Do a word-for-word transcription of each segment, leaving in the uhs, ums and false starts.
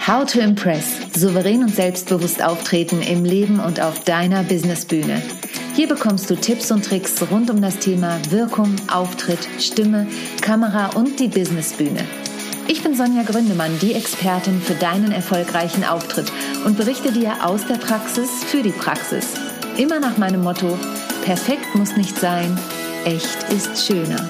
How to Impress. Souverän und selbstbewusst auftreten im Leben und auf deiner Businessbühne. Hier bekommst du Tipps und Tricks rund um das Thema Wirkung, Auftritt, Stimme, Kamera und die Businessbühne. Ich bin Sonja Gründemann, die Expertin für deinen erfolgreichen Auftritt und berichte dir aus der Praxis für die Praxis. Immer nach meinem Motto: Perfekt muss nicht sein, echt ist schöner.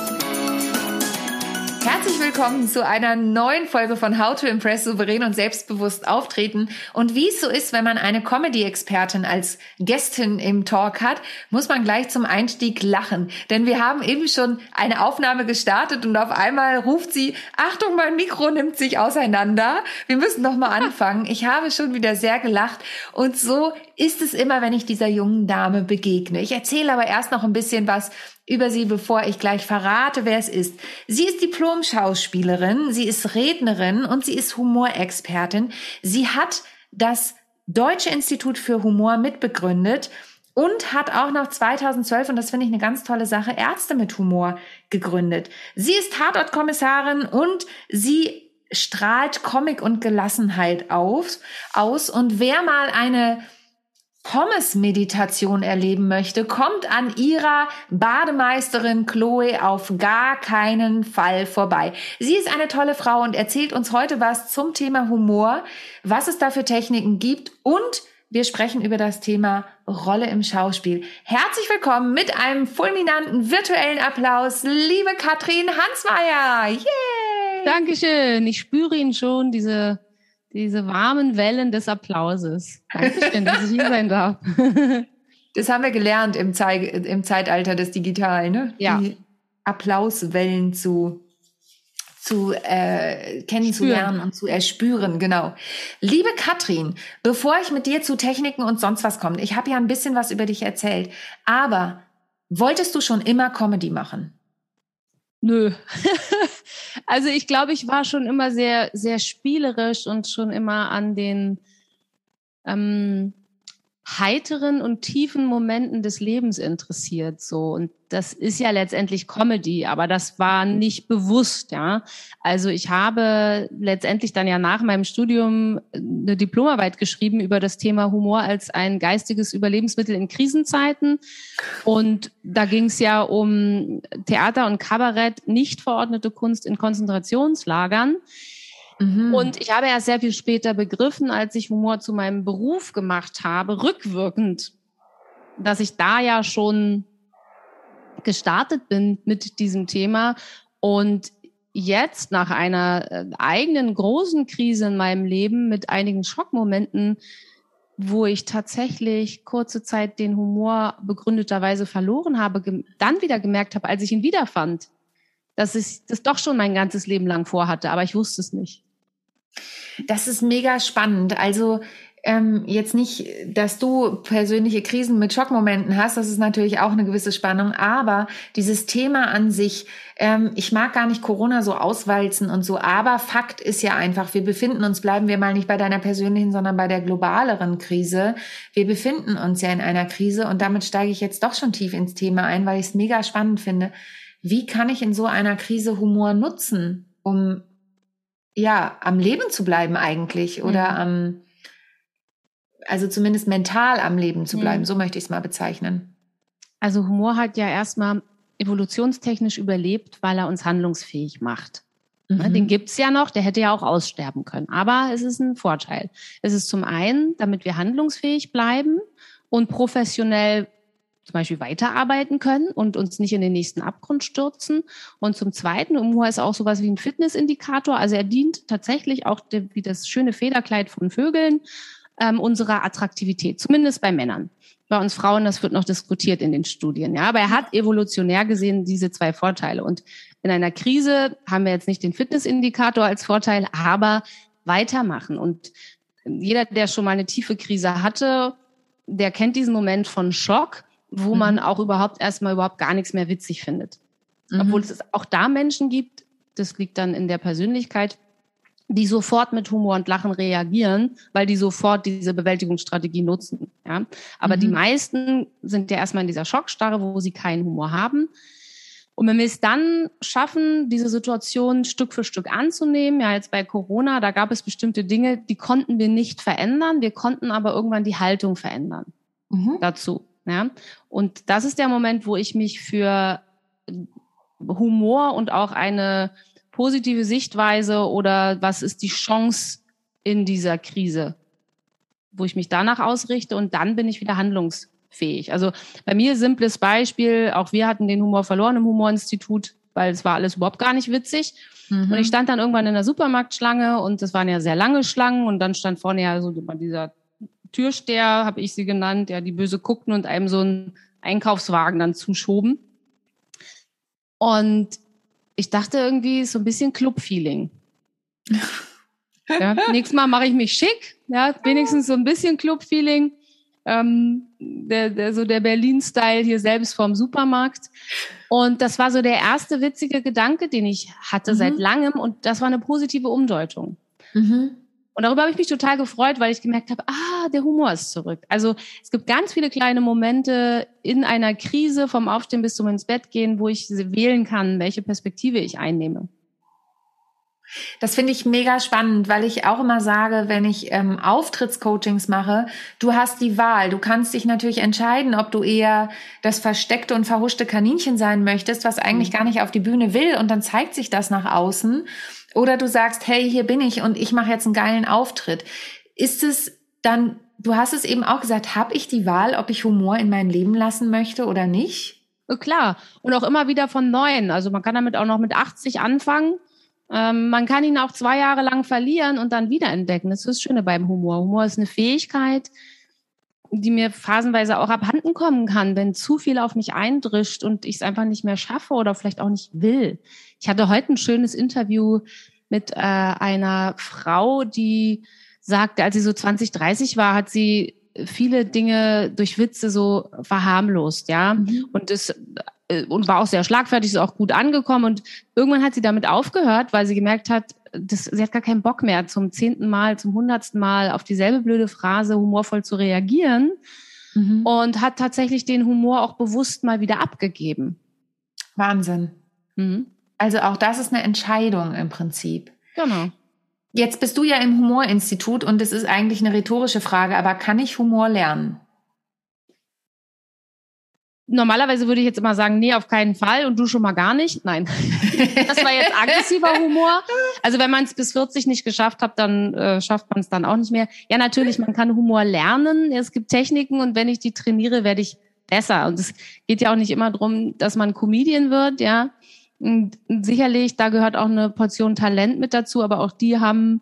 Herzlich willkommen zu einer neuen Folge von How to Impress, souverän und selbstbewusst auftreten. Und wie es so ist, wenn man eine Comedy-Expertin als Gästin im Talk hat, muss man gleich zum Einstieg lachen. Denn wir haben eben schon eine Aufnahme gestartet und auf einmal ruft sie: Achtung, mein Mikro nimmt sich auseinander. Wir müssen noch mal anfangen. Ich habe schon wieder sehr gelacht. Und so ist es immer, wenn ich dieser jungen Dame begegne. Ich erzähle aber erst noch ein bisschen was über sie, bevor ich gleich verrate, wer es ist. Sie ist Diplom-Schauspielerin, sie ist Rednerin und sie ist Humorexpertin. Sie hat das Deutsche Institut für Humor mitbegründet und hat auch noch zweitausendzwölf, und das finde ich eine ganz tolle Sache, Ärzte mit Humor gegründet. Sie ist Tatort-Kommissarin und sie strahlt Comic und Gelassenheit auf, aus. Und wer mal eine Pommes-Meditation erleben möchte, kommt an ihrer Bademeisterin Chloe auf gar keinen Fall vorbei. Sie ist eine tolle Frau und erzählt uns heute was zum Thema Humor, was es da für Techniken gibt, und wir sprechen über das Thema Rolle im Schauspiel. Herzlich willkommen mit einem fulminanten virtuellen Applaus, liebe Katrin Hansmeier. Yay! Dankeschön. Ich spüre ihn schon, diese Diese warmen Wellen des Applauses. Dankeschön, dass ich hier sein darf. Das haben wir gelernt im, Zei- im Zeitalter des Digitalen, ne? Ja. Die Applauswellen zu, zu äh, kennenzulernen und zu erspüren, genau. Liebe Katrin, bevor ich mit dir zu Techniken und sonst was komme, ich habe ja ein bisschen was über dich erzählt, aber wolltest du schon immer Comedy machen? Nö. Also ich glaube, ich war schon immer sehr, sehr spielerisch und schon immer an den ähm, heiteren und tiefen Momenten des Lebens interessiert. So. Und das ist ja letztendlich Comedy, aber das war nicht bewusst, ja. Also ich habe letztendlich dann ja nach meinem Studium eine Diplomarbeit geschrieben über das Thema Humor als ein geistiges Überlebensmittel in Krisenzeiten. Und da ging es ja um Theater und Kabarett, nicht verordnete Kunst in Konzentrationslagern. Mhm. Und ich habe erst sehr viel später begriffen, als ich Humor zu meinem Beruf gemacht habe, rückwirkend, dass ich da ja schon gestartet bin mit diesem Thema. Und jetzt nach einer eigenen großen Krise in meinem Leben mit einigen Schockmomenten, wo ich tatsächlich kurze Zeit den Humor begründeterweise verloren habe, dann wieder gemerkt habe, als ich ihn wiederfand, dass ich das doch schon mein ganzes Leben lang vorhatte, aber ich wusste es nicht. Das ist mega spannend. Also ähm, jetzt nicht, dass du persönliche Krisen mit Schockmomenten hast, das ist natürlich auch eine gewisse Spannung, aber dieses Thema an sich, ähm, ich mag gar nicht Corona so auswalzen und so, aber Fakt ist ja einfach, wir befinden uns, bleiben wir mal nicht bei deiner persönlichen, sondern bei der globaleren Krise. Wir befinden uns ja in einer Krise, und damit steige ich jetzt doch schon tief ins Thema ein, weil ich es mega spannend finde. Wie kann ich in so einer Krise Humor nutzen, um ja am Leben zu bleiben eigentlich, oder mhm. am, also zumindest mental am Leben zu bleiben, mhm. so möchte ich es mal bezeichnen. Also Humor hat ja erstmal evolutionstechnisch überlebt, weil er uns handlungsfähig macht. Mhm. Den gibt's ja noch, der hätte ja auch aussterben können, aber es ist ein Vorteil. Es ist zum einen, damit wir handlungsfähig bleiben und professionell zum Beispiel weiterarbeiten können und uns nicht in den nächsten Abgrund stürzen. Und zum Zweiten, Humor ist auch sowas wie ein Fitnessindikator. Also er dient tatsächlich auch der, wie das schöne Federkleid von Vögeln ähm, unserer Attraktivität, zumindest bei Männern. Bei uns Frauen, das wird noch diskutiert in den Studien. Ja, aber er hat evolutionär gesehen diese zwei Vorteile. Und in einer Krise haben wir jetzt nicht den Fitnessindikator als Vorteil, aber weitermachen. Und jeder, der schon mal eine tiefe Krise hatte, der kennt diesen Moment von Schock, wo mhm. man auch überhaupt erstmal überhaupt gar nichts mehr witzig findet. Mhm. Obwohl es auch da Menschen gibt, das liegt dann in der Persönlichkeit, die sofort mit Humor und Lachen reagieren, weil die sofort diese Bewältigungsstrategie nutzen. Ja? Aber mhm. die meisten sind ja erstmal in dieser Schockstarre, wo sie keinen Humor haben. Und wenn wir es dann schaffen, diese Situation Stück für Stück anzunehmen, ja, jetzt bei Corona, da gab es bestimmte Dinge, die konnten wir nicht verändern, wir konnten aber irgendwann die Haltung verändern mhm. dazu. Ja. Und das ist der Moment, wo ich mich für Humor und auch eine positive Sichtweise oder was ist die Chance in dieser Krise, wo ich mich danach ausrichte und dann bin ich wieder handlungsfähig. Fähig. Also bei mir simples Beispiel, auch wir hatten den Humor verloren im Humorinstitut, weil es war alles überhaupt gar nicht witzig. Mhm. Und ich stand dann irgendwann in der Supermarktschlange und das waren ja sehr lange Schlangen und dann stand vorne ja so dieser Türsteher, habe ich sie genannt, ja, die böse guckten und einem so einen Einkaufswagen dann zuschoben. Und ich dachte irgendwie, so ein bisschen Club-Feeling. Ja, nächstes Mal mache ich mich schick, ja, wenigstens so ein bisschen Club-Feeling. Ähm, der, der, so der Berlin-Style hier selbst vorm Supermarkt. Und das war so der erste witzige Gedanke, den ich hatte mhm. seit langem. Und das war eine positive Umdeutung. Mhm. Und darüber habe ich mich total gefreut, weil ich gemerkt habe, ah, der Humor ist zurück. Also es gibt ganz viele kleine Momente in einer Krise, vom Aufstehen bis zum ins Bett gehen, wo ich wählen kann, welche Perspektive ich einnehme. Das finde ich mega spannend, weil ich auch immer sage, wenn ich ähm, Auftrittscoachings mache, du hast die Wahl. Du kannst dich natürlich entscheiden, ob du eher das versteckte und verhuschte Kaninchen sein möchtest, was eigentlich gar nicht auf die Bühne will und dann zeigt sich das nach außen. Oder du sagst, hey, hier bin ich und ich mache jetzt einen geilen Auftritt. Ist es dann, du hast es eben auch gesagt, habe ich die Wahl, ob ich Humor in mein Leben lassen möchte oder nicht? Klar. Und auch immer wieder von Neuem. Also man kann damit auch noch mit achtzig anfangen. Ähm, man kann ihn auch zwei Jahre lang verlieren und dann wiederentdecken. Das ist das Schöne beim Humor. Humor ist eine Fähigkeit, die mir phasenweise auch abhanden kommen kann, wenn zu viel auf mich eindrischt und ich es einfach nicht mehr schaffe oder vielleicht auch nicht will. Ich hatte heute ein schönes Interview mit äh, einer Frau, die sagte, als sie so zwanzig, dreißig war, hat sie viele Dinge durch Witze so verharmlost, ja. Mhm. Und das und war auch sehr schlagfertig, ist auch gut angekommen und irgendwann hat sie damit aufgehört, weil sie gemerkt hat, das, sie hat gar keinen Bock mehr zum zehnten Mal, zum hundertsten Mal auf dieselbe blöde Phrase humorvoll zu reagieren mhm. und hat tatsächlich den Humor auch bewusst mal wieder abgegeben. Wahnsinn. Mhm. Also auch das ist eine Entscheidung im Prinzip. Genau. Jetzt bist du ja im Humorinstitut und es ist eigentlich eine rhetorische Frage, aber kann ich Humor lernen? Normalerweise würde ich jetzt immer sagen, nee, auf keinen Fall und du schon mal gar nicht. Nein, das war jetzt aggressiver Humor. Also wenn man es bis vierzig nicht geschafft hat, dann äh, schafft man es dann auch nicht mehr. Ja, natürlich, man kann Humor lernen. Es gibt Techniken und wenn ich die trainiere, werde ich besser. Und es geht ja auch nicht immer darum, dass man Comedian wird, ja. Und sicherlich, da gehört auch eine Portion Talent mit dazu, aber auch die haben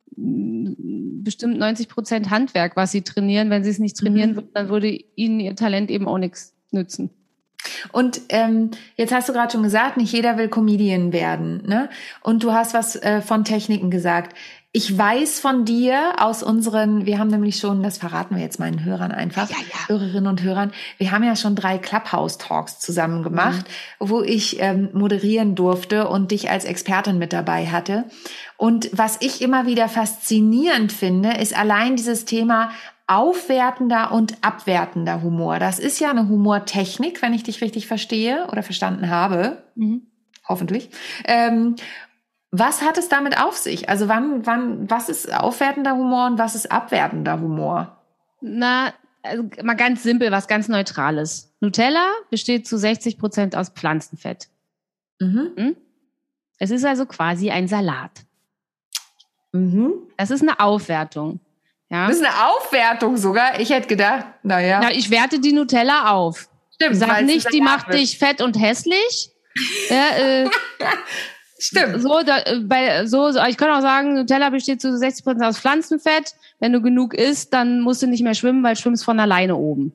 bestimmt neunzig Prozent Handwerk, was sie trainieren. Wenn sie es nicht trainieren würden, dann würde ihnen ihr Talent eben auch nichts nützen. Und ähm, jetzt hast du gerade schon gesagt, nicht jeder will Comedian werden, ne? Und du hast was äh, von Techniken gesagt. Ich weiß von dir aus unseren, wir haben nämlich schon, das verraten wir jetzt meinen Hörern einfach, ja, ja. Hörerinnen und Hörern, wir haben ja schon drei Clubhouse-Talks zusammen gemacht, mhm. wo ich ähm, moderieren durfte und dich als Expertin mit dabei hatte. Und was ich immer wieder faszinierend finde, ist allein dieses Thema aufwertender und abwertender Humor. Das ist ja eine Humortechnik, wenn ich dich richtig verstehe oder verstanden habe. Mhm. Hoffentlich. Ähm, was hat es damit auf sich? Also wann, wann, was ist aufwertender Humor und was ist abwertender Humor? Na, also mal ganz simpel, was ganz Neutrales. Nutella besteht zu sechzig Prozent aus Pflanzenfett. Mhm. Es ist also quasi ein Salat. Mhm. Das ist eine Aufwertung. Ja. Das ist eine Aufwertung sogar. Ich hätte gedacht, naja. Na, ich werte die Nutella auf. Stimmt. Ich sage nicht, die macht wird. dich fett und hässlich. ja, äh, Stimmt. So, da, bei, so, so, ich kann auch sagen, Nutella besteht zu sechzig Prozent aus Pflanzenfett. Wenn du genug isst, dann musst du nicht mehr schwimmen, weil du schwimmst von alleine oben.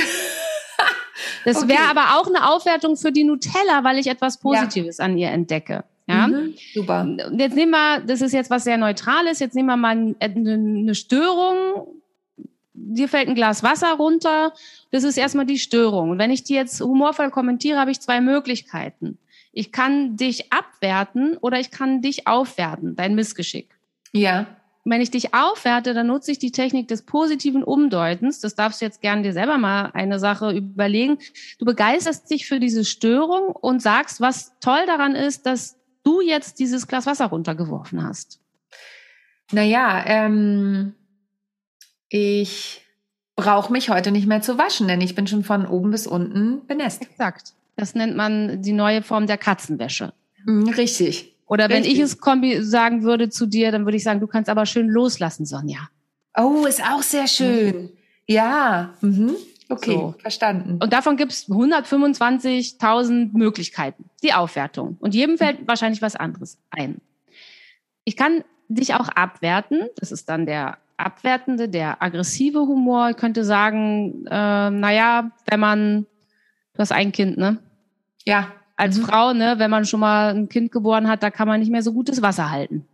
Das okay. wäre aber auch eine Aufwertung für die Nutella, weil ich etwas Positives ja. an ihr entdecke. Ja, mhm, super. Und jetzt nehmen wir, das ist jetzt was sehr Neutrales, jetzt nehmen wir mal eine, eine Störung. Dir fällt ein Glas Wasser runter, das ist erstmal die Störung. Und wenn ich die jetzt humorvoll kommentiere, habe ich zwei Möglichkeiten. Ich kann dich abwerten oder ich kann dich aufwerten, dein Missgeschick. Ja. wenn ich dich aufwerte, dann nutze ich die Technik des positiven Umdeutens. Das darfst du jetzt gerne dir selber mal eine Sache überlegen. Du begeisterst dich für diese Störung und sagst, was toll daran ist, dass du jetzt dieses Glas Wasser runtergeworfen hast. Naja, ähm, ich brauche mich heute nicht mehr zu waschen, denn ich bin schon von oben bis unten benässt. Exakt. Das nennt man die neue Form der Katzenwäsche. Richtig. Oder wenn Richtig. ich es kombi sagen würde zu dir, dann würde ich sagen, du kannst aber schön loslassen, Sonja. Oh, ist auch sehr schön. Ja, mhm. Okay, So. Verstanden. Und davon gibt es hundertfünfundzwanzigtausend Möglichkeiten, die Aufwertung. Und jedem fällt wahrscheinlich was anderes ein. Ich kann dich auch abwerten. Das ist dann der abwertende, der aggressive Humor. Ich könnte sagen, äh, naja, wenn man, du hast ein Kind, ne? Ja. Als mhm. Frau, ne, wenn man schon mal ein Kind geboren hat, da kann man nicht mehr so gutes Wasser halten.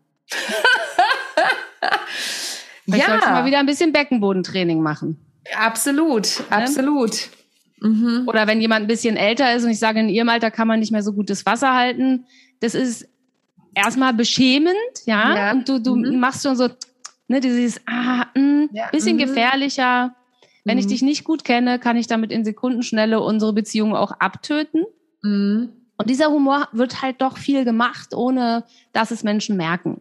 Vielleicht ja. sollst du mal wieder ein bisschen Beckenbodentraining machen. Absolut, absolut. Ne? Mhm. Oder wenn jemand ein bisschen älter ist und ich sage, in ihrem Alter kann man nicht mehr so gutes Wasser halten. Das ist erstmal beschämend, ja. ja. Und du, du mhm. machst schon so, ne, dieses, ah, mh, ja. bisschen mhm. gefährlicher. Wenn mhm. ich dich nicht gut kenne, kann ich damit in Sekundenschnelle unsere Beziehung auch abtöten. Mhm. Und dieser Humor wird halt doch viel gemacht, ohne dass es Menschen merken.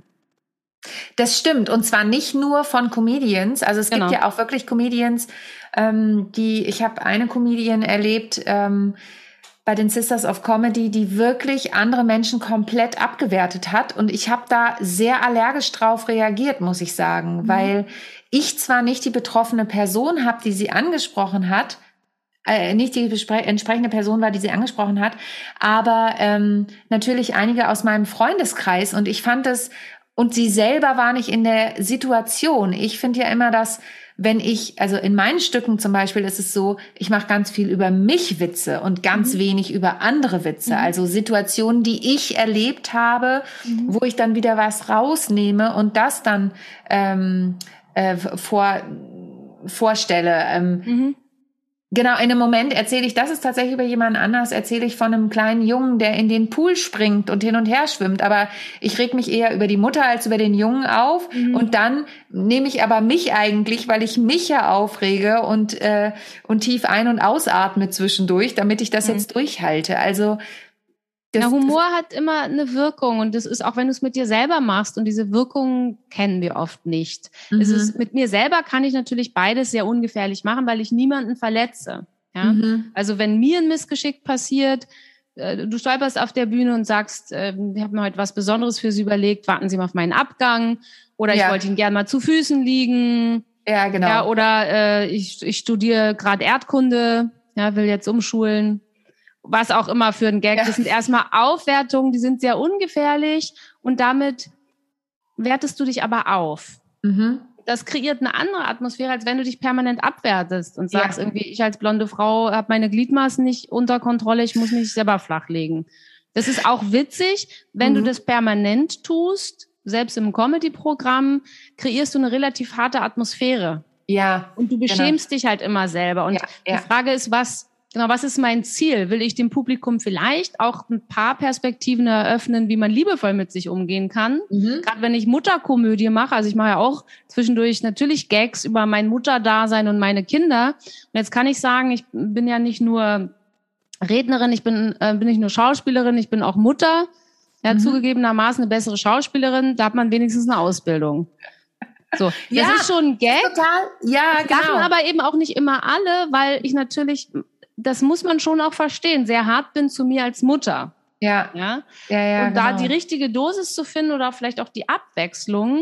Das stimmt. Und zwar nicht nur von Comedians. Also es Genau. gibt ja auch wirklich Comedians, ähm, die, ich habe eine Comedian erlebt, ähm, bei den Sisters of Comedy, die wirklich andere Menschen komplett abgewertet hat. Und ich habe da sehr allergisch drauf reagiert, muss ich sagen. Mhm. Weil ich zwar nicht die betroffene Person habe, die sie angesprochen hat, äh, nicht die entsprechende Person war, die sie angesprochen hat, aber ähm, natürlich einige aus meinem Freundeskreis. Und ich fand es, und sie selber war nicht in der Situation. Ich finde ja immer, dass wenn ich, also in meinen Stücken zum Beispiel ist es so, ich mache ganz viel über mich Witze und ganz mhm. wenig über andere Witze. Mhm. Also Situationen, die ich erlebt habe, mhm. wo ich dann wieder was rausnehme und das dann ähm, äh, vor, vorstelle. Ähm, mhm. Genau, in einem Moment erzähle ich, das ist tatsächlich über jemanden anders, erzähle ich von einem kleinen Jungen, der in den Pool springt und hin und her schwimmt. Aber ich reg mich eher über die Mutter als über den Jungen auf. Mhm. Und dann nehme ich aber mich eigentlich, weil ich mich ja aufrege und, äh, und tief ein- und ausatme zwischendurch, damit ich das mhm. jetzt durchhalte. Also Das, ja, Humor das, hat immer eine Wirkung und das ist auch, wenn du es mit dir selber machst und diese Wirkung kennen wir oft nicht. Mhm. Es ist, mit mir selber kann ich natürlich beides sehr ungefährlich machen, weil ich niemanden verletze. Ja? Mhm. Also wenn mir ein Missgeschick passiert, äh, du stolperst auf der Bühne und sagst, äh, ich habe mir heute was Besonderes für Sie überlegt, warten Sie mal auf meinen Abgang oder ja. ich wollte Ihnen gerne mal zu Füßen liegen. Ja, genau. Ja, oder äh, ich, ich studiere gerade Erdkunde, ja, will jetzt umschulen. Was auch immer für ein Gag. Ja. Das sind erstmal Aufwertungen, die sind sehr ungefährlich und damit wertest du dich aber auf. Mhm. Das kreiert eine andere Atmosphäre, als wenn du dich permanent abwertest und sagst ja. irgendwie, ich als blonde Frau habe meine Gliedmaßen nicht unter Kontrolle, ich muss mich selber flachlegen. Das ist auch witzig, wenn mhm. du das permanent tust, selbst im Comedy-Programm, kreierst du eine relativ harte Atmosphäre. Ja. Und du beschämst genau. dich halt immer selber. Und ja, ja. die Frage ist, was Genau, was ist mein Ziel? Will ich dem Publikum vielleicht auch ein paar Perspektiven eröffnen, wie man liebevoll mit sich umgehen kann? Mhm. Gerade wenn ich Mutterkomödie mache, also ich mache ja auch zwischendurch natürlich Gags über mein Mutterdasein und meine Kinder. Und jetzt kann ich sagen, ich bin ja nicht nur Rednerin, ich bin, äh, bin nicht nur Schauspielerin, ich bin auch Mutter. Ja, mhm. zugegebenermaßen eine bessere Schauspielerin, da hat man wenigstens eine Ausbildung. So, das ja, ist schon ein Gag. Total, ja, das genau. Sagen aber eben auch nicht immer alle, weil ich natürlich, das muss man schon auch verstehen, sehr hart bin zu mir als Mutter. Ja. Ja. ja, ja und genau. da die richtige Dosis zu finden oder vielleicht auch die Abwechslung.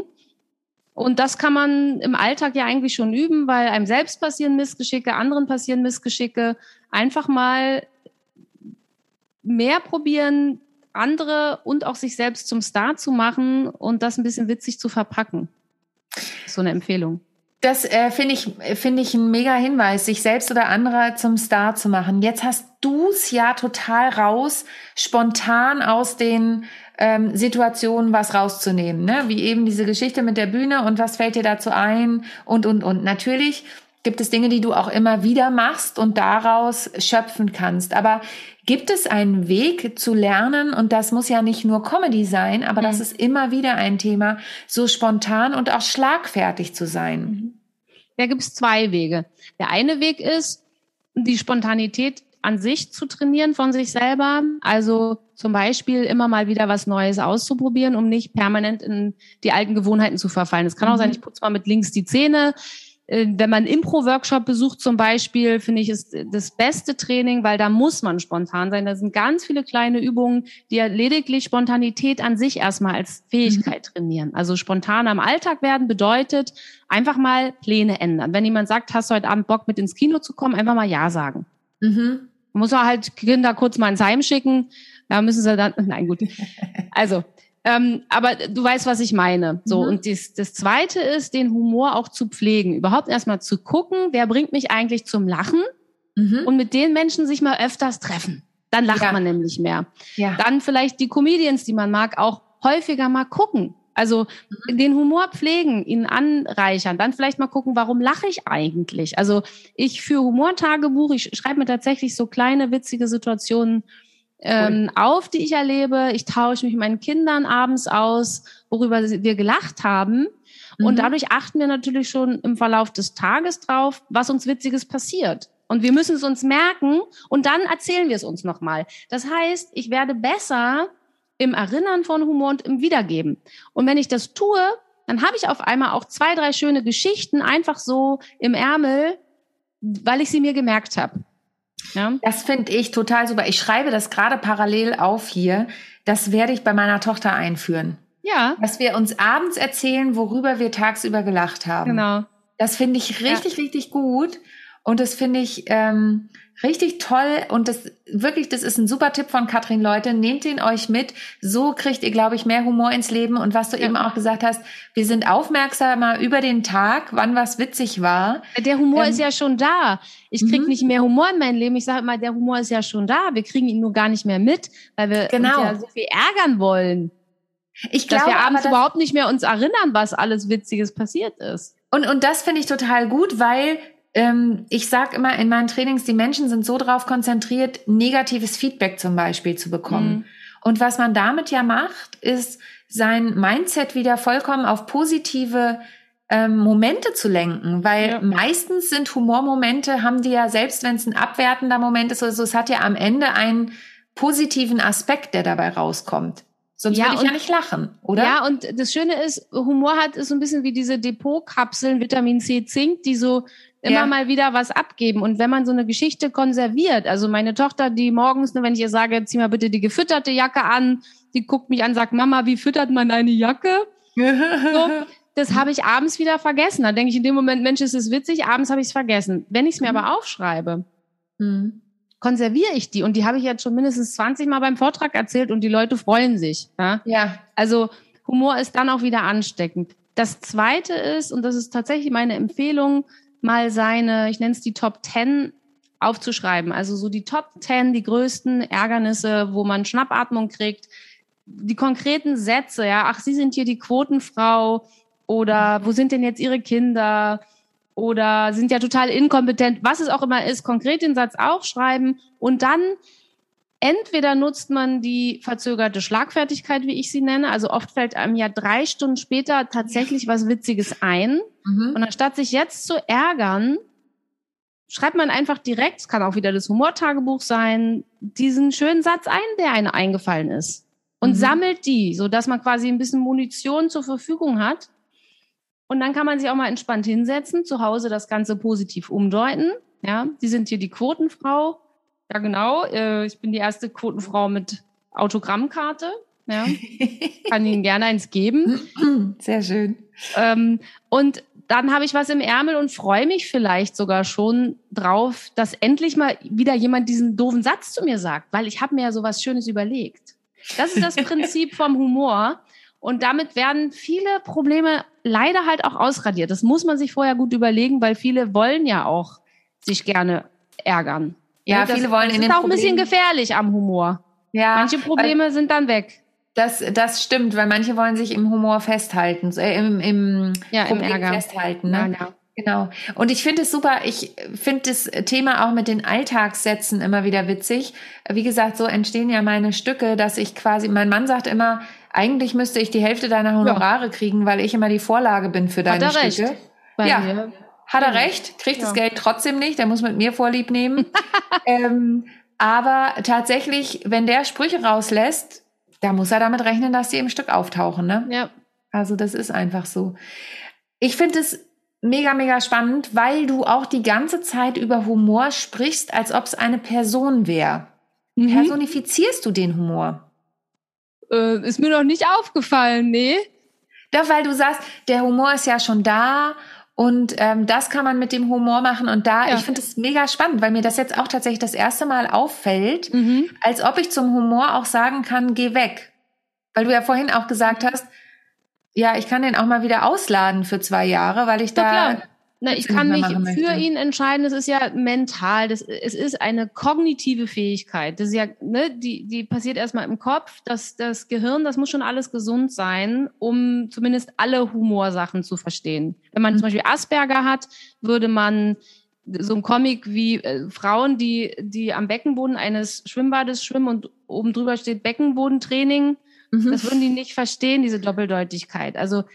Und das kann man im Alltag ja eigentlich schon üben, weil einem selbst passieren Missgeschicke, anderen passieren Missgeschicke. Einfach mal mehr probieren, andere und auch sich selbst zum Star zu machen und das ein bisschen witzig zu verpacken. So eine Empfehlung. Das äh, finde ich, finde ich ein mega Hinweis, sich selbst oder andere zum Star zu machen. Jetzt hast du es ja total raus, spontan aus den ähm, Situationen was rauszunehmen, ne? Wie eben diese Geschichte mit der Bühne und was fällt dir dazu ein und, und, und. Natürlich gibt es Dinge, die du auch immer wieder machst und daraus schöpfen kannst. Aber gibt es einen Weg zu lernen, und das muss ja nicht nur Comedy sein, aber mhm. das ist immer wieder ein Thema, so spontan und auch schlagfertig zu sein? Da gibt es zwei Wege. Der eine Weg ist, die Spontanität an sich zu trainieren von sich selber. Also zum Beispiel immer mal wieder was Neues auszuprobieren, um nicht permanent in die alten Gewohnheiten zu verfallen. Es kann auch mhm. sein, ich putze mal mit links die Zähne. Wenn man einen Impro-Workshop besucht zum Beispiel, finde ich, ist das beste Training, weil da muss man spontan sein. Da sind ganz viele kleine Übungen, die ja lediglich Spontanität an sich erstmal als Fähigkeit mhm. trainieren. Also spontan am Alltag werden bedeutet, einfach mal Pläne ändern. Wenn jemand sagt, hast du heute Abend Bock mit ins Kino zu kommen, einfach mal Ja sagen. Mhm. Man muss auch halt Kinder kurz mal ins Heim schicken. Da müssen sie dann, nein, gut. Also, Ähm, aber du weißt, was ich meine. So, mhm. und das, das Zweite ist, den Humor auch zu pflegen. Überhaupt erstmal zu gucken, wer bringt mich eigentlich zum Lachen, mhm. und mit den Menschen sich mal öfters treffen. Dann lacht ja. man nämlich mehr. Ja. Dann vielleicht die Comedians, die man mag, auch häufiger mal gucken. Also mhm. den Humor pflegen, ihn anreichern. Dann vielleicht mal gucken, warum lache ich eigentlich? Also ich führe Humortagebuch, ich schreibe mir tatsächlich so kleine, witzige Situationen Ähm, auf, die ich erlebe. Ich tausche mich mit meinen Kindern abends aus, worüber wir gelacht haben. Mhm. Und dadurch achten wir natürlich schon im Verlauf des Tages drauf, was uns Witziges passiert. Und wir müssen es uns merken und dann erzählen wir es uns nochmal. Das heißt, ich werde besser im Erinnern von Humor und im Wiedergeben. Und wenn ich das tue, dann habe ich auf einmal auch zwei, drei schöne Geschichten einfach so im Ärmel, weil ich sie mir gemerkt habe. Ja. Das finde ich total super. Ich schreibe das gerade parallel auf hier. Das werde ich bei meiner Tochter einführen. Ja. Dass wir uns abends erzählen, worüber wir tagsüber gelacht haben. Genau. Das finde ich richtig, ja. richtig gut. Und das finde ich ähm, richtig toll. Und das wirklich, das ist ein super Tipp von Katrin, Leute. Nehmt den euch mit. So kriegt ihr, glaube ich, mehr Humor ins Leben. Und was du ja. eben auch gesagt hast, wir sind aufmerksamer über den Tag, wann was witzig war. Der Humor ähm, ist ja schon da. Ich krieg mhm. nicht mehr Humor in mein Leben. Ich sage immer, der Humor ist ja schon da. Wir kriegen ihn nur gar nicht mehr mit, weil wir genau. uns ja so viel ärgern wollen. Ich dass glaube, wir abends aber, überhaupt nicht mehr uns erinnern, was alles Witziges passiert ist. Und, und das finde ich total gut, weil ähm, ich sage immer in meinen Trainings, die Menschen sind so darauf konzentriert, negatives Feedback zum Beispiel zu bekommen. Mhm. Und was man damit ja macht, ist, sein Mindset wieder vollkommen auf positive ähm, Momente zu lenken. Weil ja. meistens sind Humormomente, haben die ja, selbst wenn es ein abwertender Moment ist, also es hat ja am Ende einen positiven Aspekt, der dabei rauskommt. Sonst ja, würde ich und, ja nicht lachen, oder? Ja, und das Schöne ist, Humor hat ist so ein bisschen wie diese Depotkapseln, Vitamin C, Zink, die so immer ja. mal wieder was abgeben. Und wenn man so eine Geschichte konserviert, also meine Tochter, die morgens, wenn ich ihr sage, zieh mal bitte die gefütterte Jacke an, die guckt mich an, sagt, Mama, wie füttert man eine Jacke? So, das habe ich abends wieder vergessen. Dann denke ich in dem Moment, Mensch, ist es witzig, abends habe ich es vergessen. Wenn ich es mir mhm. aber aufschreibe, mhm. konserviere ich die. Und die habe ich jetzt schon mindestens zwanzig Mal beim Vortrag erzählt und die Leute freuen sich. Ja? Ja. Also Humor ist dann auch wieder ansteckend. Das Zweite ist, und das ist tatsächlich meine Empfehlung, mal seine, ich nenne es die Top Ten aufzuschreiben. Also so die Top Ten, die größten Ärgernisse, wo man Schnappatmung kriegt, die konkreten Sätze, ja, ach, Sie sind hier die Quotenfrau oder wo sind denn jetzt Ihre Kinder? Oder sind ja total inkompetent, was es auch immer ist, konkret den Satz aufschreiben und dann entweder nutzt man die verzögerte Schlagfertigkeit, wie ich sie nenne, also oft fällt einem ja drei Stunden später tatsächlich was Witziges ein mhm. und anstatt sich jetzt zu ärgern, schreibt man einfach direkt, es kann auch wieder das Humortagebuch sein, diesen schönen Satz ein, der einem eingefallen ist und mhm. sammelt die, sodass man quasi ein bisschen Munition zur Verfügung hat. Und dann kann man sich auch mal entspannt hinsetzen, zu Hause das Ganze positiv umdeuten. Ja, Sie sind hier die Quotenfrau. Ja, genau. Äh, ich bin die erste Quotenfrau mit Autogrammkarte. Ja, kann Ihnen gerne eins geben. Sehr schön. Ähm, und dann habe ich was im Ärmel und freue mich vielleicht sogar schon drauf, dass endlich mal wieder jemand diesen doofen Satz zu mir sagt, weil ich habe mir ja sowas Schönes überlegt. Das ist das Prinzip vom Humor. Und damit werden viele Probleme leider halt auch ausradiert. Das muss man sich vorher gut überlegen, weil viele wollen ja auch sich gerne ärgern. Ja, das, viele wollen das in den den ist auch ein bisschen gefährlich am Humor. Ja, manche Probleme sind dann weg. Das, das stimmt, weil manche wollen sich im Humor festhalten, äh, im, im ja, Problem im Ärger. festhalten. Ne? Ja, ja. Genau. Und ich finde es super, ich finde das Thema auch mit den Alltagssätzen immer wieder witzig. Wie gesagt, so entstehen ja meine Stücke, dass ich quasi, mein Mann sagt immer, eigentlich müsste ich die Hälfte deiner Honorare ja. kriegen, weil ich immer die Vorlage bin für deine Hat er Stücke. Recht. Bei ja, mir. hat er recht, kriegt ja. das Geld trotzdem nicht, der muss mit mir Vorlieb nehmen. ähm, aber tatsächlich, wenn der Sprüche rauslässt, da muss er damit rechnen, dass die im Stück auftauchen, ne? Ja. Also das ist einfach so. Ich finde es mega, mega spannend, weil du auch die ganze Zeit über Humor sprichst, als ob es eine Person wäre. Mhm. Personifizierst du den Humor? Äh, ist mir noch nicht aufgefallen, nee. Doch, weil du sagst, der Humor ist ja schon da und ähm, das kann man mit dem Humor machen und da, ja. ich finde es mega spannend, weil mir das jetzt auch tatsächlich das erste Mal auffällt, mhm. als ob ich zum Humor auch sagen kann, geh weg. Weil du ja vorhin auch gesagt hast, ja, ich kann den auch mal wieder ausladen für zwei Jahre, weil ich da... Klar. Na, ich kann mich für möchte. ihn entscheiden. Das ist ja mental. Das, es ist eine kognitive Fähigkeit. Das ist ja, ne, die, die passiert erstmal im Kopf. Das, das Gehirn, das muss schon alles gesund sein, um zumindest alle Humorsachen zu verstehen. Wenn man mhm. zum Beispiel Asperger hat, würde man so ein Comic wie äh, Frauen, die, die am Beckenboden eines Schwimmbades schwimmen und oben drüber steht Beckenbodentraining. Mhm. Das würden die nicht verstehen, diese Doppeldeutigkeit. Also,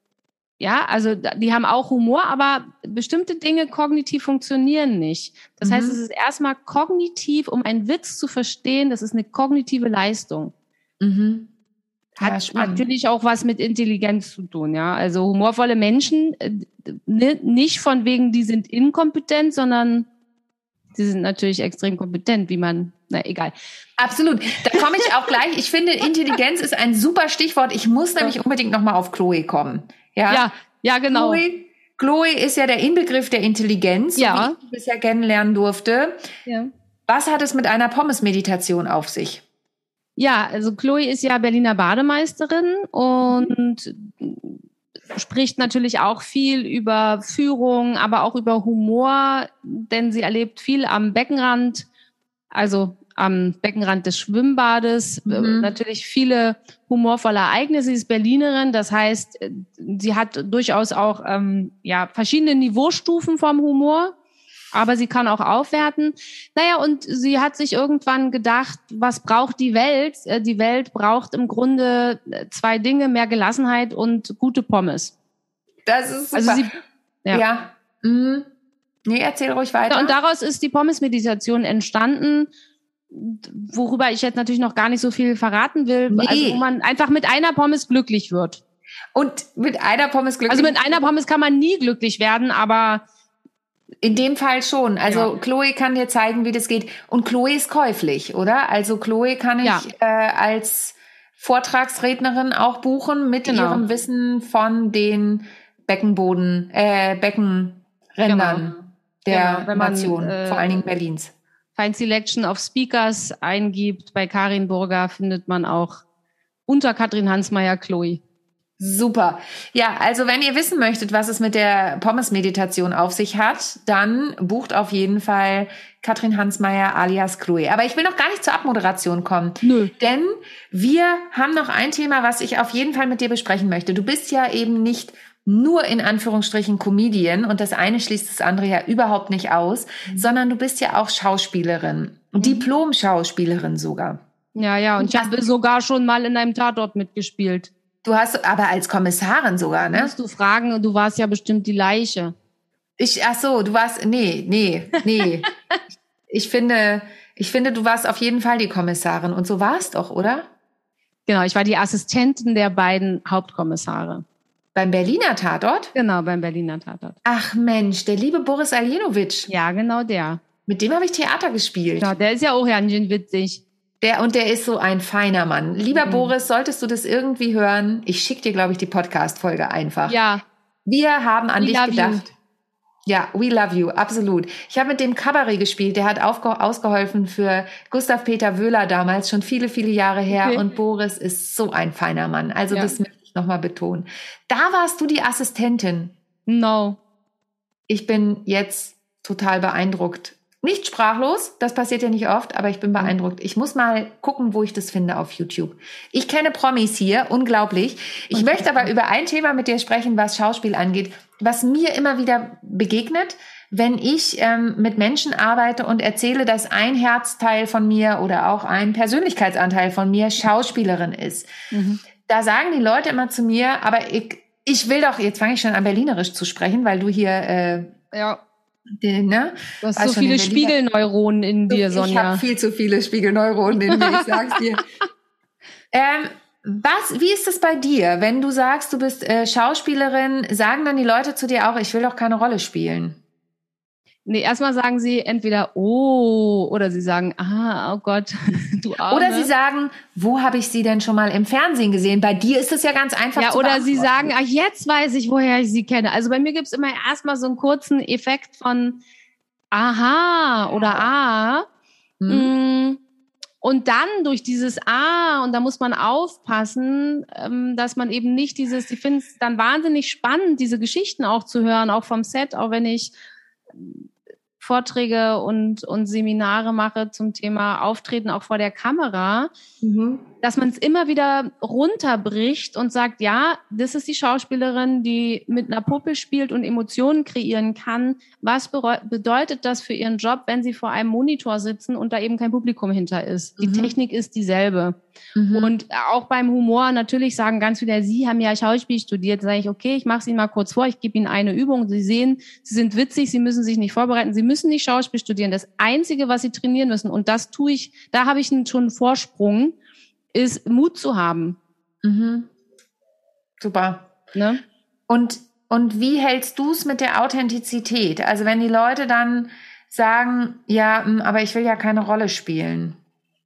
ja, also die haben auch Humor, aber bestimmte Dinge kognitiv funktionieren nicht. Das mhm. heißt, es ist erstmal kognitiv, um einen Witz zu verstehen, das ist eine kognitive Leistung. Mhm. Ja, Hat spannend. Natürlich auch was mit Intelligenz zu tun, ja. Also humorvolle Menschen, äh, ne, nicht von wegen, die sind inkompetent, sondern die sind natürlich extrem kompetent, wie man, na egal. Absolut. Da komme ich auch gleich. Ich finde, Intelligenz ist ein super Stichwort. Ich muss nämlich unbedingt nochmal auf Chloe kommen. Ja, ja, ja genau. Chloe, Chloe ist ja der Inbegriff der Intelligenz, ja. wie ich bisher kennenlernen durfte. Ja. Was hat es mit einer Pommes-Meditation auf sich? Ja, also Chloe ist ja Berliner Bademeisterin und spricht natürlich auch viel über Führung, aber auch über Humor, denn sie erlebt viel am Beckenrand, also am Beckenrand des Schwimmbades, mhm. natürlich viele humorvolle Ereignisse. Sie ist Berlinerin, das heißt, sie hat durchaus auch ähm, ja verschiedene Niveaustufen vom Humor, aber sie kann auch aufwerten. Naja, und sie hat sich irgendwann gedacht, was braucht die Welt? Die Welt braucht im Grunde zwei Dinge, mehr Gelassenheit und gute Pommes. Das ist super. Also sie, ja. ja. Mhm. Nee, erzähl ruhig weiter. Ja, und daraus ist die Pommes-Meditation entstanden, worüber ich jetzt natürlich noch gar nicht so viel verraten will. Nee. Also wo man einfach mit einer Pommes glücklich wird. Und mit einer Pommes glücklich? Also mit einer Pommes kann man nie glücklich werden, aber... In dem Fall schon. Also ja. Chloe kann dir zeigen, wie das geht. Und Chloe ist käuflich, oder? Also Chloe kann ich ja. äh, als Vortragsrednerin auch buchen mit genau. ihrem Wissen von den Beckenboden, äh, Beckenrändern genau. der genau. Wenn man, Nation, äh, vor allen Dingen Berlins. Fine Selection of Speakers eingibt, bei Karin Burger findet man auch unter Katrin Hansmeier Chloe. Super. Ja, also wenn ihr wissen möchtet, was es mit der Pommes-Meditation auf sich hat, dann bucht auf jeden Fall Katrin Hansmeier alias Chloe. Aber ich will noch gar nicht zur Abmoderation kommen. Nö. Denn wir haben noch ein Thema, was ich auf jeden Fall mit dir besprechen möchte. Du bist ja eben nicht nur in Anführungsstrichen Comedian und das eine schließt das andere ja überhaupt nicht aus, mhm. sondern du bist ja auch Schauspielerin. Mhm. Diplom-Schauspielerin sogar. Ja, ja, und, und ich habe sogar schon mal in einem Tatort mitgespielt. Du hast aber als Kommissarin sogar, ne? Musst du fragen, du warst ja bestimmt die Leiche. Ich, ach so, du warst, nee, nee, nee. ich finde, ich finde, du warst auf jeden Fall die Kommissarin und so war es doch, oder? Genau, ich war die Assistentin der beiden Hauptkommissare. Beim Berliner Tatort? Genau, beim Berliner Tatort. Ach Mensch, der liebe Boris Aljenovic. Ja, genau der. Mit dem habe ich Theater gespielt. Ja, der ist ja auch ganz schön witzig. Der, und der ist so ein feiner Mann. Lieber mhm. Boris, solltest du das irgendwie hören? Ich schicke dir, glaube ich, die Podcast-Folge einfach. Ja. Wir haben an we dich gedacht. You. Ja, we love you, absolut. Ich habe mit dem Kabarett gespielt. Der hat aufge- ausgeholfen für Gustav Peter Wöhler damals, schon viele, viele Jahre her. Okay. Und Boris ist so ein feiner Mann. Also ja. das möchte ich nochmal betonen. Da warst du die Assistentin. No. Ich bin jetzt total beeindruckt. nicht sprachlos, das passiert ja nicht oft, aber ich bin beeindruckt. Ich muss mal gucken, wo ich das finde auf YouTube. Ich kenne Promis hier, unglaublich. Ich okay. möchte aber über ein Thema mit dir sprechen, was Schauspiel angeht, was mir immer wieder begegnet, wenn ich ähm, mit Menschen arbeite und erzähle, dass ein Herzteil von mir oder auch ein Persönlichkeitsanteil von mir Schauspielerin ist. Mhm. Da sagen die Leute immer zu mir, aber ich, ich will doch, jetzt fange ich schon an Berlinerisch zu sprechen, weil du hier... Äh, ja. Den, ne? Du hast so viele Spiegelneuronen in dir, Sonja. Ich habe viel zu viele Spiegelneuronen in mir, ich sag's dir. ähm, was, wie ist es bei dir, wenn du sagst, du bist äh, Schauspielerin, sagen dann die Leute zu dir auch, ich will doch keine Rolle spielen? Nee, erstmal sagen sie entweder, oh, oder sie sagen, ah, oh Gott, du auch. Oder sie sagen, wo habe ich sie denn schon mal im Fernsehen gesehen? Bei dir ist es ja ganz einfach ja, zu oder sie sagen, ach, jetzt weiß ich, woher ich sie kenne. Also bei mir gibt's immer erstmal so einen kurzen Effekt von aha oder ah. Mhm. Und dann durch dieses ah, und da muss man aufpassen, dass man eben nicht dieses, ich finde es dann wahnsinnig spannend, diese Geschichten auch zu hören, auch vom Set, auch wenn ich Vorträge und, und Seminare mache zum Thema Auftreten auch vor der Kamera, mhm. dass man es immer wieder runterbricht und sagt, ja, das ist die Schauspielerin, die mit einer Puppe spielt und Emotionen kreieren kann. Was bereu- bedeutet das für ihren Job, wenn sie vor einem Monitor sitzen und da eben kein Publikum hinter ist? Die mhm. Technik ist dieselbe. Mhm. Und auch beim Humor, natürlich sagen ganz viele, Sie haben ja Schauspiel studiert, sage ich, okay, ich mache es Ihnen mal kurz vor, ich gebe Ihnen eine Übung, Sie sehen, Sie sind witzig, Sie müssen sich nicht vorbereiten, Sie müssen nicht Schauspiel studieren. Das Einzige, was Sie trainieren müssen, und das tue ich, da habe ich schon einen Vorsprung, ist Mut zu haben. Mhm. Super. Ne? Und, und wie hältst du es mit der Authentizität? Also wenn die Leute dann sagen, ja, aber ich will ja keine Rolle spielen.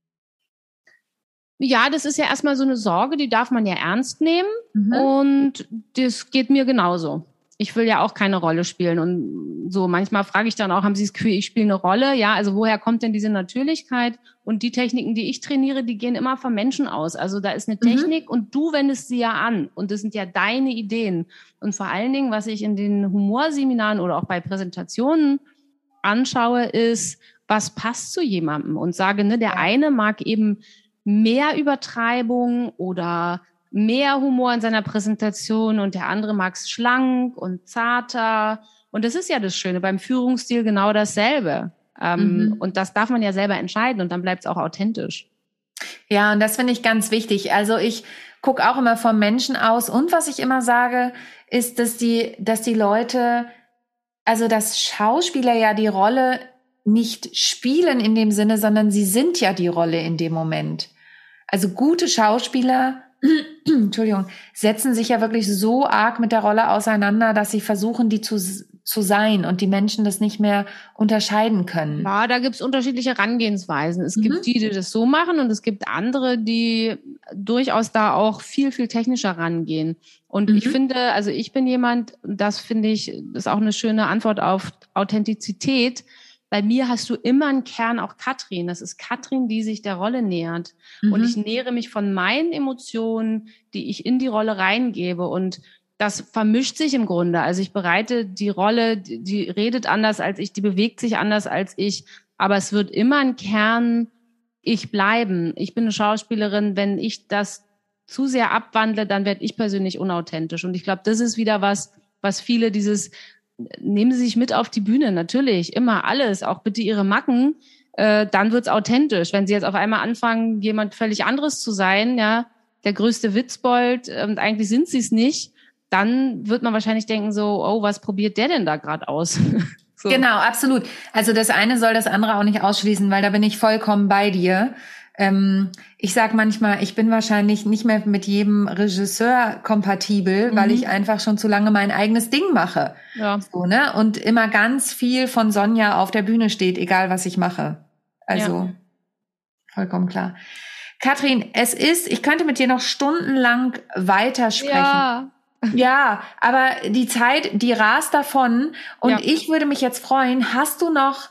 Ja, das ist ja erstmal so eine Sorge, die darf man ja ernst nehmen. Mhm. Und das geht mir genauso. Ich will ja auch keine Rolle spielen. Und so manchmal frage ich dann auch, haben Sie das Gefühl, ich spiele eine Rolle? Ja, also woher kommt denn diese Natürlichkeit? Und die Techniken, die ich trainiere, die gehen immer vom Menschen aus. Also da ist eine Technik mhm. und du wendest sie ja an. Und das sind ja deine Ideen. Und vor allen Dingen, was ich in den Humorseminaren oder auch bei Präsentationen anschaue, ist, was passt zu jemandem? Und sage, ne, der eine mag eben mehr Übertreibung oder mehr Humor in seiner Präsentation und der andere mag es schlank und zarter. Und das ist ja das Schöne, beim Führungsstil genau dasselbe. Ähm, mhm. Und das darf man ja selber entscheiden und dann bleibt es auch authentisch. Ja, und das finde ich ganz wichtig. Also ich gucke auch immer vom Menschen aus. Und was ich immer sage, ist, dass die, dass die Leute, also dass Schauspieler ja die Rolle nicht spielen in dem Sinne, sondern sie sind ja die Rolle in dem Moment. Also gute Schauspieler, Entschuldigung, setzen sich ja wirklich so arg mit der Rolle auseinander, dass sie versuchen, die zu, zu sein und die Menschen das nicht mehr unterscheiden können. Ja, da gibt's unterschiedliche Herangehensweisen. Es mhm. gibt die, die das so machen und es gibt andere, die durchaus da auch viel, viel technischer rangehen. Und mhm. ich finde, also ich bin jemand, das finde ich, das ist auch eine schöne Antwort auf Authentizität. Bei mir hast du immer einen Kern, auch Katrin. Das ist Katrin, die sich der Rolle nähert. Mhm. Und ich nähere mich von meinen Emotionen, die ich in die Rolle reingebe. Und das vermischt sich im Grunde. Also ich bereite die Rolle, die, die redet anders als ich, die bewegt sich anders als ich. Aber es wird immer ein Kern, ich bleiben. Ich bin eine Schauspielerin. Wenn ich das zu sehr abwandle, dann werde ich persönlich unauthentisch. Und ich glaube, das ist wieder was, was viele dieses... Nehmen Sie sich mit auf die Bühne, natürlich, immer alles, auch bitte Ihre Macken, äh, dann wird's authentisch. Wenn Sie jetzt auf einmal anfangen, jemand völlig anderes zu sein, ja, der größte Witzbold, und eigentlich sind Sie es nicht, dann wird man wahrscheinlich denken so, oh, was probiert der denn da gerade aus? So. Genau, absolut. Also das eine soll das andere auch nicht ausschließen, weil da bin ich vollkommen bei dir. Ähm, ich sag manchmal, ich bin wahrscheinlich nicht mehr mit jedem Regisseur kompatibel, mhm. weil ich einfach schon zu lange mein eigenes Ding mache. Ja. So, ne? Und immer ganz viel von Sonja auf der Bühne steht, egal was ich mache. Also ja. vollkommen klar. Katrin, es ist, ich könnte mit dir noch stundenlang weitersprechen. Ja. Ja, aber die Zeit, die rast davon. Und ja. ich würde mich jetzt freuen, hast du noch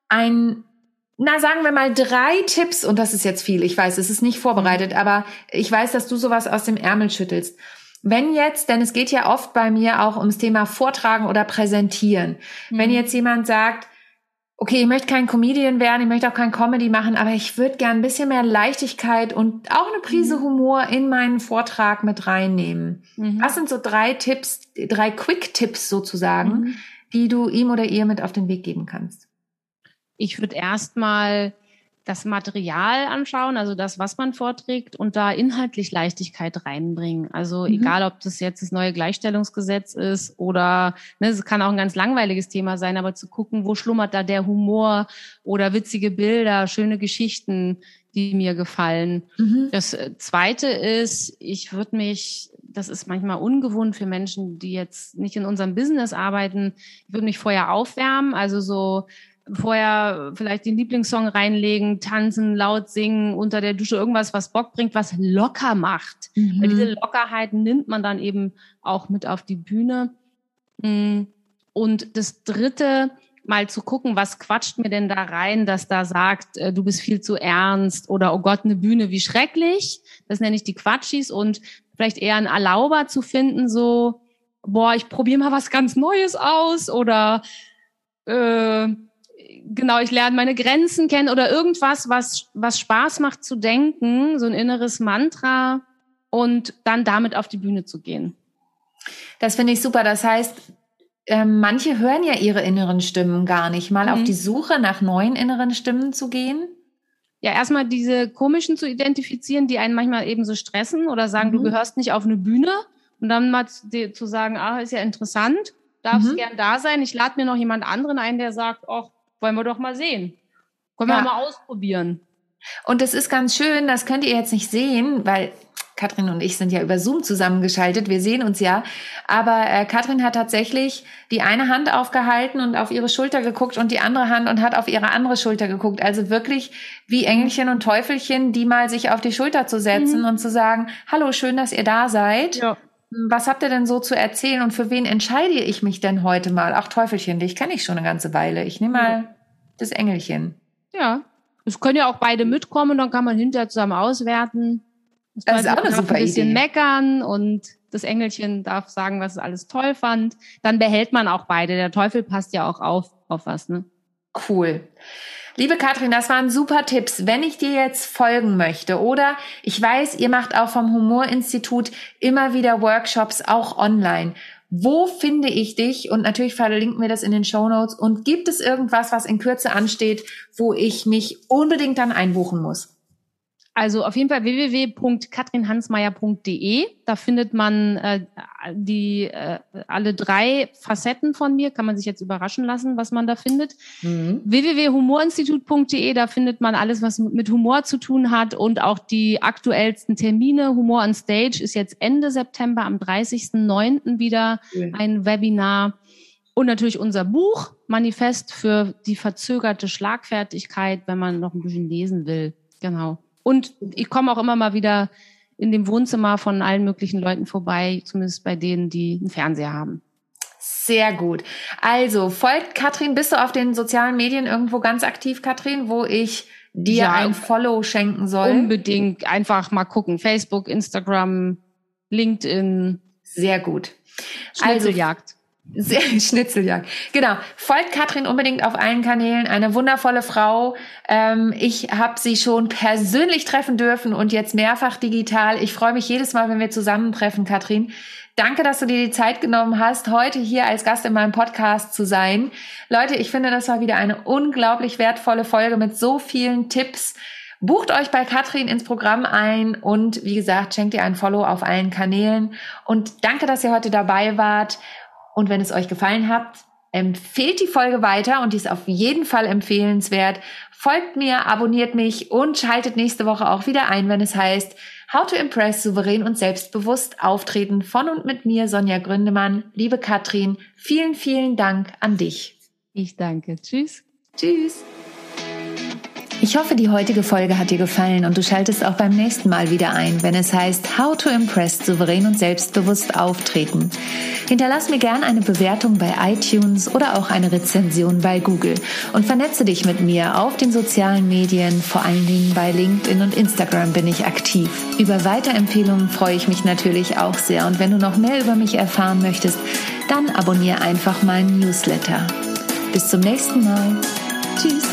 ein Na, sagen wir mal drei Tipps, und das ist jetzt viel, ich weiß, es ist nicht vorbereitet, aber ich weiß, dass du sowas aus dem Ärmel schüttelst. Wenn jetzt, denn es geht ja oft bei mir auch ums Thema Vortragen oder Präsentieren, mhm. wenn jetzt jemand sagt, okay, ich möchte kein Comedian werden, ich möchte auch kein Comedy machen, aber ich würde gern ein bisschen mehr Leichtigkeit und auch eine Prise mhm. Humor in meinen Vortrag mit reinnehmen. Mhm. Was sind so drei Tipps, drei Quick-Tipps sozusagen, mhm. die du ihm oder ihr mit auf den Weg geben kannst? Ich würde erstmal das Material anschauen, also das, was man vorträgt, und da inhaltlich Leichtigkeit reinbringen. Also mhm. egal, ob das jetzt das neue Gleichstellungsgesetz ist oder ne, es kann auch ein ganz langweiliges Thema sein, aber zu gucken, wo schlummert da der Humor oder witzige Bilder, schöne Geschichten, die mir gefallen. Mhm. Das Zweite ist, ich würde mich, das ist manchmal ungewohnt für Menschen, die jetzt nicht in unserem Business arbeiten, ich würde mich vorher aufwärmen, also so vorher vielleicht den Lieblingssong reinlegen, tanzen, laut singen, unter der Dusche, irgendwas, was Bock bringt, was locker macht. Mhm. Weil diese Lockerheit nimmt man dann eben auch mit auf die Bühne. Und das Dritte, mal zu gucken, was quatscht mir denn da rein, dass da sagt, du bist viel zu ernst oder oh Gott, eine Bühne, wie schrecklich. Das nenne ich die Quatschis. Und vielleicht eher einen Erlauber zu finden, so, boah, ich probiere mal was ganz Neues aus oder äh, genau, ich lerne meine Grenzen kennen oder irgendwas, was, was Spaß macht zu denken, so ein inneres Mantra und dann damit auf die Bühne zu gehen. Das finde ich super. Das heißt, äh, manche hören ja ihre inneren Stimmen gar nicht. Mal mhm. auf die Suche nach neuen inneren Stimmen zu gehen. Ja, erstmal diese komischen zu identifizieren, die einen manchmal eben so stressen oder sagen, mhm. du gehörst nicht auf eine Bühne. Und dann mal zu, zu sagen, ah, ist ja interessant, darfst mhm. gern da sein. Ich lade mir noch jemand anderen ein, der sagt, ach, wollen wir doch mal sehen. Können ja. wir mal ausprobieren. Und das ist ganz schön, das könnt ihr jetzt nicht sehen, weil Katrin und ich sind ja über Zoom zusammengeschaltet, wir sehen uns ja. Aber äh, Katrin hat tatsächlich die eine Hand aufgehalten und auf ihre Schulter geguckt und die andere Hand und hat auf ihre andere Schulter geguckt. Also wirklich wie Engelchen und Teufelchen, die mal sich auf die Schulter zu setzen mhm. und zu sagen, hallo, schön, dass ihr da seid. Ja. Was habt ihr denn so zu erzählen und für wen entscheide ich mich denn heute mal? Ach, Teufelchen, dich kenne ich schon eine ganze Weile. Ich nehme mal ja. das Engelchen. Ja, es können ja auch beide mitkommen und dann kann man hinterher zusammen auswerten. Das, das ist auch eine super ein bisschen Idee. Meckern und das Engelchen darf sagen, was es alles toll fand. Dann behält man auch beide. Der Teufel passt ja auch auf, auf was, ne? Cool. Liebe Katrin, das waren super Tipps. Wenn ich dir jetzt folgen möchte oder ich weiß, ihr macht auch vom Humorinstitut immer wieder Workshops, auch online. Wo finde ich dich? Und natürlich verlinken wir das in den Shownotes. Und gibt es irgendwas, was in Kürze ansteht, wo ich mich unbedingt dann einbuchen muss? Also auf jeden Fall w w w punkt katrin hansmeier punkt d e. Da findet man äh, die äh, alle drei Facetten von mir. Kann man sich jetzt überraschen lassen, was man da findet. Mhm. w w w punkt humorinstitut punkt d e, da findet man alles, was mit Humor zu tun hat und auch die aktuellsten Termine. Humor on Stage ist jetzt Ende September, am dreißigsten neunten wieder mhm. ein Webinar. Und natürlich unser Buch, Manifest für die verzögerte Schlagfertigkeit, wenn man noch ein bisschen lesen will. Genau. Und ich komme auch immer mal wieder in dem Wohnzimmer von allen möglichen Leuten vorbei, zumindest bei denen, die einen Fernseher haben. Sehr gut. Also folgt Katrin, bist du auf den sozialen Medien irgendwo ganz aktiv, Katrin, wo ich dir ja, ein Follow schenken soll? Unbedingt, einfach mal gucken. Facebook, Instagram, LinkedIn. Sehr gut. Schnitzeljagd. Also, Sehr, Schnitzeljagd. Genau. Folgt Katrin unbedingt auf allen Kanälen. Eine wundervolle Frau. Ähm, ich habe sie schon persönlich treffen dürfen und jetzt mehrfach digital. Ich freue mich jedes Mal, wenn wir zusammentreffen, Katrin. Danke, dass du dir die Zeit genommen hast, heute hier als Gast in meinem Podcast zu sein. Leute, ich finde, das war wieder eine unglaublich wertvolle Folge mit so vielen Tipps. Bucht euch bei Katrin ins Programm ein und wie gesagt, schenkt ihr ein Follow auf allen Kanälen. Und danke, dass ihr heute dabei wart. Und wenn es euch gefallen hat, empfehlt die Folge weiter und die ist auf jeden Fall empfehlenswert. Folgt mir, abonniert mich und schaltet nächste Woche auch wieder ein, wenn es heißt How to Impress, souverän und selbstbewusst auftreten von und mit mir, Sonja Gründemann. Liebe Katrin, vielen, vielen Dank an dich. Ich danke. Tschüss. Tschüss. Ich hoffe, die heutige Folge hat dir gefallen und du schaltest auch beim nächsten Mal wieder ein, wenn es heißt How to Impress, souverän und selbstbewusst auftreten. Hinterlass mir gern eine Bewertung bei iTunes oder auch eine Rezension bei Google und vernetze dich mit mir auf den sozialen Medien, vor allen Dingen bei LinkedIn und Instagram bin ich aktiv. Über Weiterempfehlungen freue ich mich natürlich auch sehr und wenn du noch mehr über mich erfahren möchtest, dann abonniere einfach meinen Newsletter. Bis zum nächsten Mal. Tschüss.